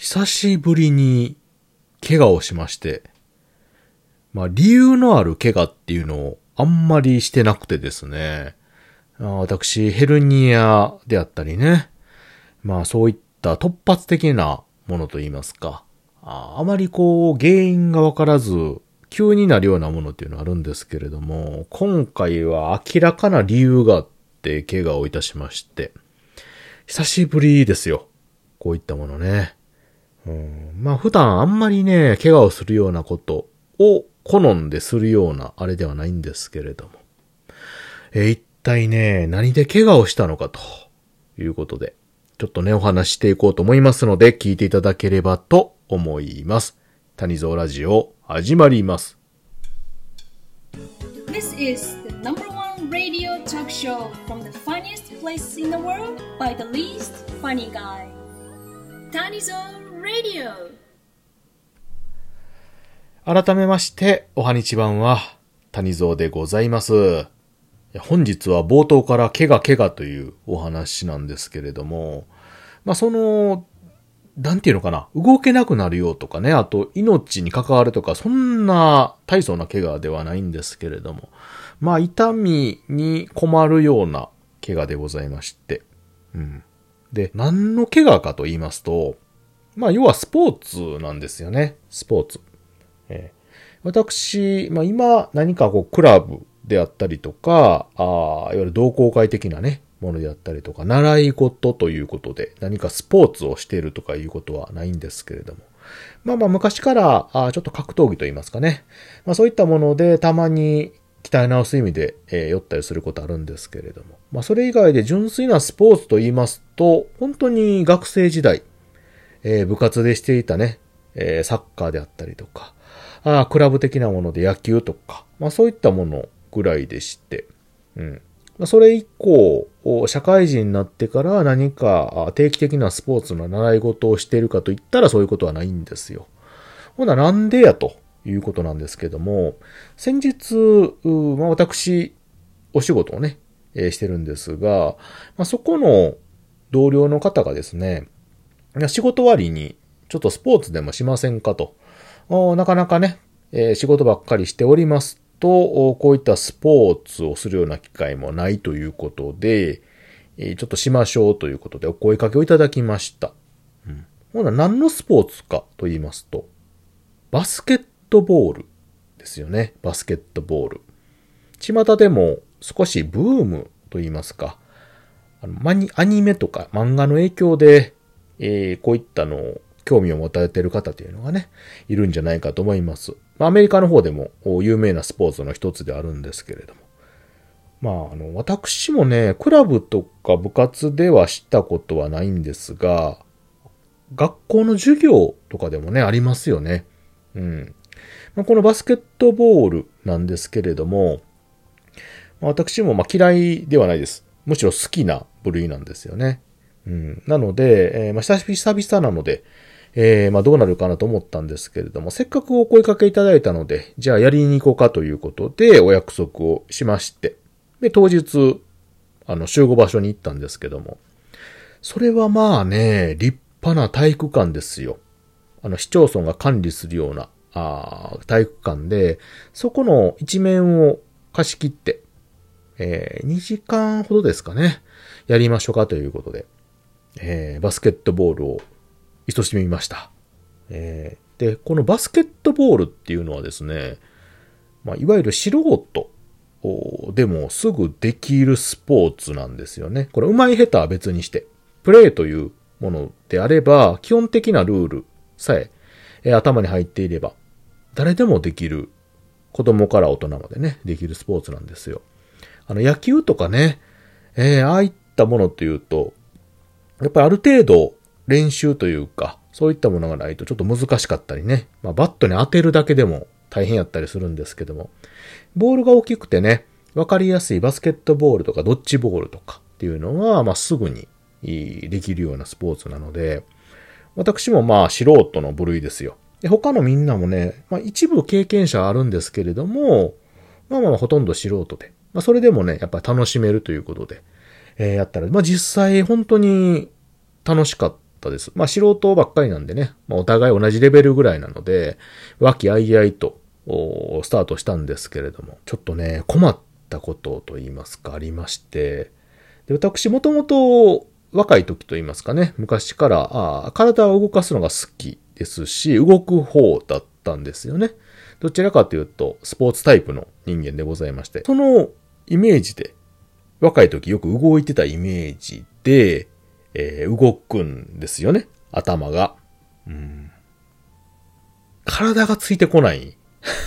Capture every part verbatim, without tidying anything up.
久しぶりに怪我をしまして、まあ理由のある怪我っていうのをあんまりしてなくてですね、私ヘルニアであったりね、まあそういった突発的なものといいますか、あ, あまりこう原因がわからず急になるようなものっていうのはあるんですけれども、今回は明らかな理由があって怪我をいたしまして、久しぶりですよ。こういったものね。うん、まあ普段あんまりね、怪我をするようなことを好んでするようなあれではないんですけれども。えー、一体ね、何で怪我をしたのかということで、ちょっとね、お話していこうと思いますので、聞いていただければと思います。谷蔵ラジオ、始まります。 This is the number one radio talk show from the funniest place in the world by the least funny guy. Tanizou Radio. 改めまして、おはにちばんは、谷蔵でございます。本日は冒頭から怪我怪我というお話なんですけれども、まあその、なんていうのかな、動けなくなるよとかね、あと命に関わるとか、そんな大層な怪我ではないんですけれども、まあ痛みに困るような怪我でございまして、うん。で、何の怪我かと言いますと、まあ要はスポーツなんですよね、スポーツ。えー、私、まあ今何かこうクラブであったりとか、あいわゆる同好会的なね、ものであったりとか、習い事ということで何かスポーツをしているとかいうことはないんですけれども。まあまあ昔からあちょっと格闘技と言いますかね。まあそういったものでたまに鍛え直す意味で、えー、酔ったりすることあるんですけれども。まあそれ以外で純粋なスポーツと言いますと、本当に学生時代、えー、部活でしていたね、えー、サッカーであったりとか、あクラブ的なもので野球とか、まあそういったものぐらいでして、うん。それ以降、社会人になってから何か定期的なスポーツの習い事をしているかといったらそういうことはないんですよ。ほな、なんでやということなんですけども、先日、まあ、私、お仕事をね、えー、してるんですが、まあ、そこの同僚の方がですね、仕事終わりにちょっとスポーツでもしませんかと、なかなかね、えー、仕事ばっかりしておりますと、こういったスポーツをするような機会もないということで、ちょっとしましょうということでお声掛けをいただきました。うん、ほな、何のスポーツかと言いますと、バスケットボールですよね。バスケットボール。巷でも少しブームと言いますか、あのアニメとか漫画の影響で、えー、こういったのを興味を持たれている方というのがね、いるんじゃないかと思います。アメリカの方でも有名なスポーツの一つであるんですけれども。まあ、あの、私もね、クラブとか部活ではしたことはないんですが、学校の授業とかでもね、ありますよね。うん。まあ、このバスケットボールなんですけれども、私もまあ嫌いではないです。むしろ好きな部類なんですよね。うん。なので、えー、まあ久々なので、えー、まあどうなるかなと思ったんですけれども、せっかくお声掛けいただいたので、じゃあやりに行こうかということでお約束をしまして、で、当日、あの、集合場所に行ったんですけども、それはまあね、立派な体育館ですよ。あの、市町村が管理するような、あ体育館で、そこの一面を貸し切って、えー、にじかんほどですかね、やりましょうかということで、えー、バスケットボールを勤しみました。えー、で、このバスケットボールっていうのはですね、まあ、いわゆる素人でもすぐできるスポーツなんですよね。これ上手い下手は別にして、プレーというものであれば、基本的なルールさええー、頭に入っていれば、誰でもできる、子供から大人までね、できるスポーツなんですよ。あの野球とかね、えー、ああいったものというと、やっぱりある程度練習というか、そういったものがないとちょっと難しかったりね、まあ、バットに当てるだけでも大変やったりするんですけども、ボールが大きくてね、わかりやすいバスケットボールとかドッジボールとかっていうのは、まあ、すぐにできるようなスポーツなので、私もまあ素人の部類ですよ。で他のみんなもね、まあ、一部経験者あるんですけれども、まあまあほとんど素人で、まあ、それでもね、やっぱり楽しめるということで、えー、やったら、まあ実際本当に楽しかっったです。まあ素人ばっかりなんでね、まあ、お互い同じレベルぐらいなので、和気あいあいとスタートしたんですけれども、ちょっとね、困ったことと言いますか、ありまして、で私もともと若い時と言いますかね、昔からあ体を動かすのが好きですし、動く方だったんですよね。どちらかというと、スポーツタイプの人間でございまして、そのイメージで、若い時よく動いてたイメージで、えー、動くんですよね、頭が。うん、体がついてこない。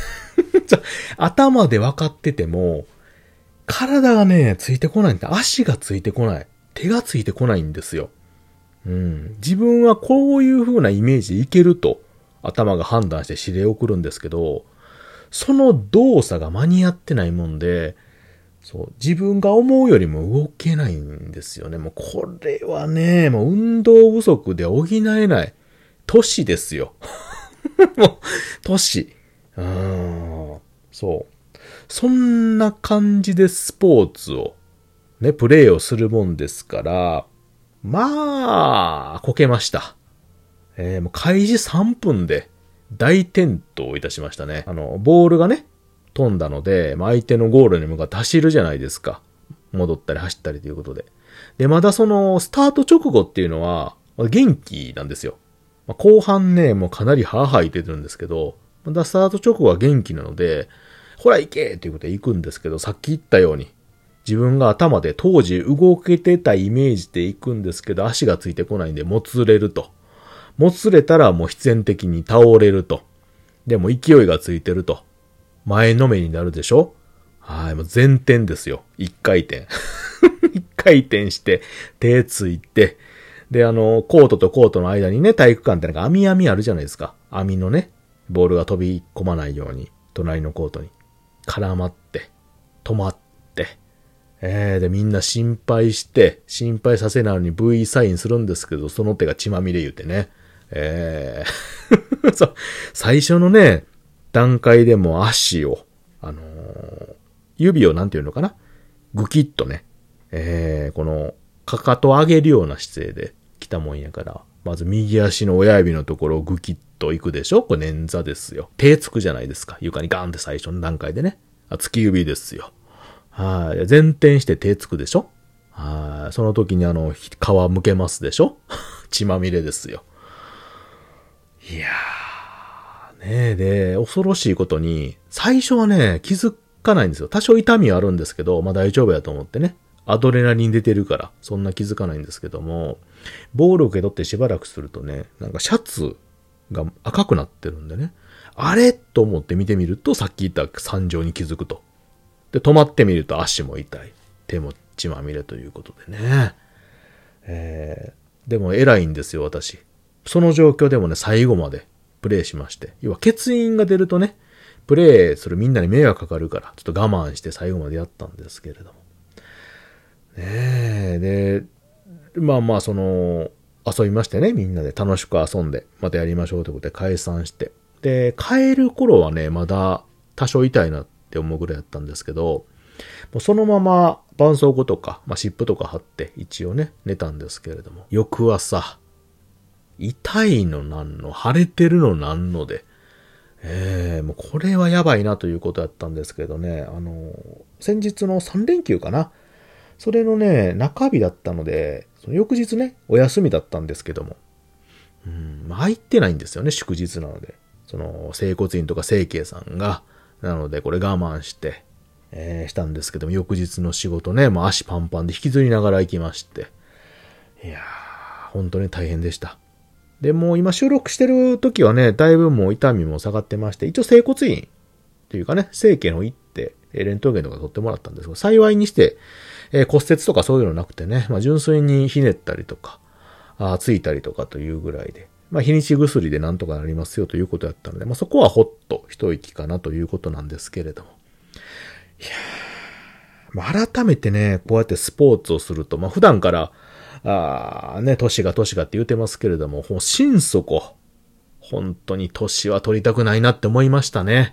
頭で分かってても、体がね、ついてこないんだ。足がついてこない。手がついてこないんですよ。うん、自分はこういう風なイメージでいけると、頭が判断して指令を送るんですけど、その動作が間に合ってないもんで、そう、自分が思うよりも動けないんですよね。もうこれはね、もう運動不足で補えない。年ですよ。もう、年。うーん。そう。そんな感じでスポーツを、ね、プレイをするもんですから、まあ、こけました。えー、もう開始さんぷんで大転倒いたしましたね。あの、ボールがね、飛んだので、まあ、相手のゴールに向かって走るじゃないですか。戻ったり走ったりということで。で、まだその、スタート直後っていうのは、元気なんですよ。まあ、後半ね、もうかなりハーハー言ってるんですけど、まだスタート直後は元気なので、ほら行けということで行くんですけど、さっき言ったように、自分が頭で当時動けてたイメージで行くんですけど、足がついてこないんで、もつれると。もつれたらもう必然的に倒れると。でも勢いがついてると。前のめりになるでしょ？はい、もう前転ですよ。一回転。一回転して、手ついて、で、あの、コートとコートの間にね、体育館ってなんか網網あるじゃないですか。網のね、ボールが飛び込まないように、隣のコートに。絡まって、止まって、えー、で、みんな心配して、心配させないのに V サインするんですけど、その手が血まみれ言うてね。えー、そう、最初のね、段階でも足を、あのー、指をなんていうのかな、ぐきっとね、えー、この、かかとを上げるような姿勢で来たもんやから、まず右足の親指のところをぐきっといくでしょ？これ捻挫ですよ。手つくじゃないですか。床にガーンって最初の段階でね。あ、突き指ですよ。はい。前転して手つくでしょ？はい。その時にあの、皮むけますでしょ？血まみれですよ。いやー、ねえ、で、恐ろしいことに、最初はね、気づかないんですよ。多少痛みはあるんですけど、まあ大丈夫やと思ってね。アドレナリン出てるから、そんな気づかないんですけども、ボールを受け取ってしばらくするとね、なんかシャツが赤くなってるんでね、あれと思って見てみると、さっき言った惨状に気づくと。で、止まってみると足も痛い。手も血まみれということでね。えー、でも偉いんですよ、私。その状況でもね、最後までプレイしまして。要は欠員が出るとね、プレイするみんなに迷惑かかるから、ちょっと我慢して最後までやったんですけれども。ねえ、で、まあまあ、その、遊びましてね、みんなで楽しく遊んで、またやりましょうということで解散して。で、帰る頃はね、まだ多少痛いなって思うぐらいだったんですけど、もうそのまま絆創膏とか、まあ、湿布とか貼って一応ね、寝たんですけれども、翌朝、痛いのなんの、腫れてるのなんので、えー、もうこれはやばいなということだったんですけどね、あの、先日のさん連休かな、それのね、中日だったので、その翌日ね、お休みだったんですけども、うん、まあ、入ってないんですよね、祝日なので。その、整骨院とか整形さんが、なのでこれ我慢して、えー、したんですけども、翌日の仕事ね、もう足パンパンで引きずりながら行きまして、いやー、本当に大変でした。で、もう今収録してる時はね、だいぶもう痛みも下がってまして、一応整骨院というかね、整形の行って、レントゲンとか取ってもらったんですけど、幸いにして、えー、骨折とかそういうのなくてね、まあ純粋にひねったりとか、あついたりとかというぐらいで、まあ日にち薬でなんとかなりますよということだったので、まあそこはほっと一息かなということなんですけれども。いやー、まあ改めてね、こうやってスポーツをすると、まあ普段から、あーね、年が年がって言ってますけれども、もう心底、本当に年は取りたくないなって思いましたね。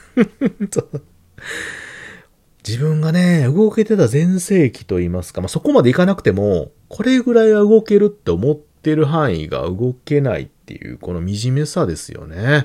自分がね、動けてた全盛期と言いますか、まあ、そこまでいかなくても、これぐらいは動けるって思っってる範囲が動けないっていう、この惨めさですよね。いや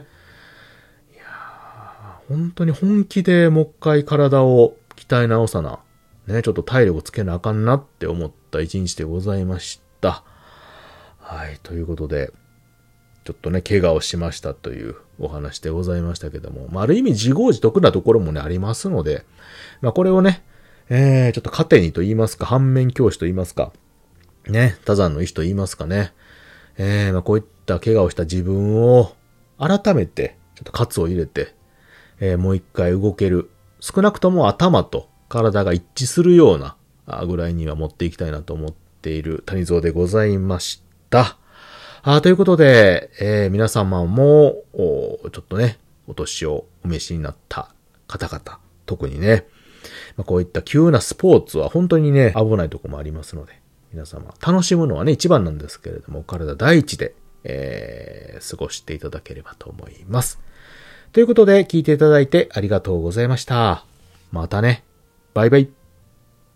ー、本当に本気でもう一回体を鍛え直さな。ね、ちょっと体力つけなあかんなって思った一日でございました。はい、ということで、ちょっとね、怪我をしましたというお話でございましたけども、まあ、ある意味自業自得なところもね、ありますので、まあ、これをね、えー、ちょっと糧にと言いますか、反面教師と言いますか、ね、多山の意志と言いますかね、えー、まあ、こういった怪我をした自分を改めて、ちょっと喝を入れて、えー、もう一回動ける、少なくとも頭と体が一致するようなぐらいには持っていきたいなと思っている谷蔵でございました。あということで、えー、皆様も、ちょっとね、お年をお召しになった方々、特にね、まあ、こういった急なスポーツは本当にね、危ないところもありますので、皆様、楽しむのはね、一番なんですけれども、体第一で、えー、過ごしていただければと思います。ということで、聞いていただいてありがとうございました。またね、バイバイ。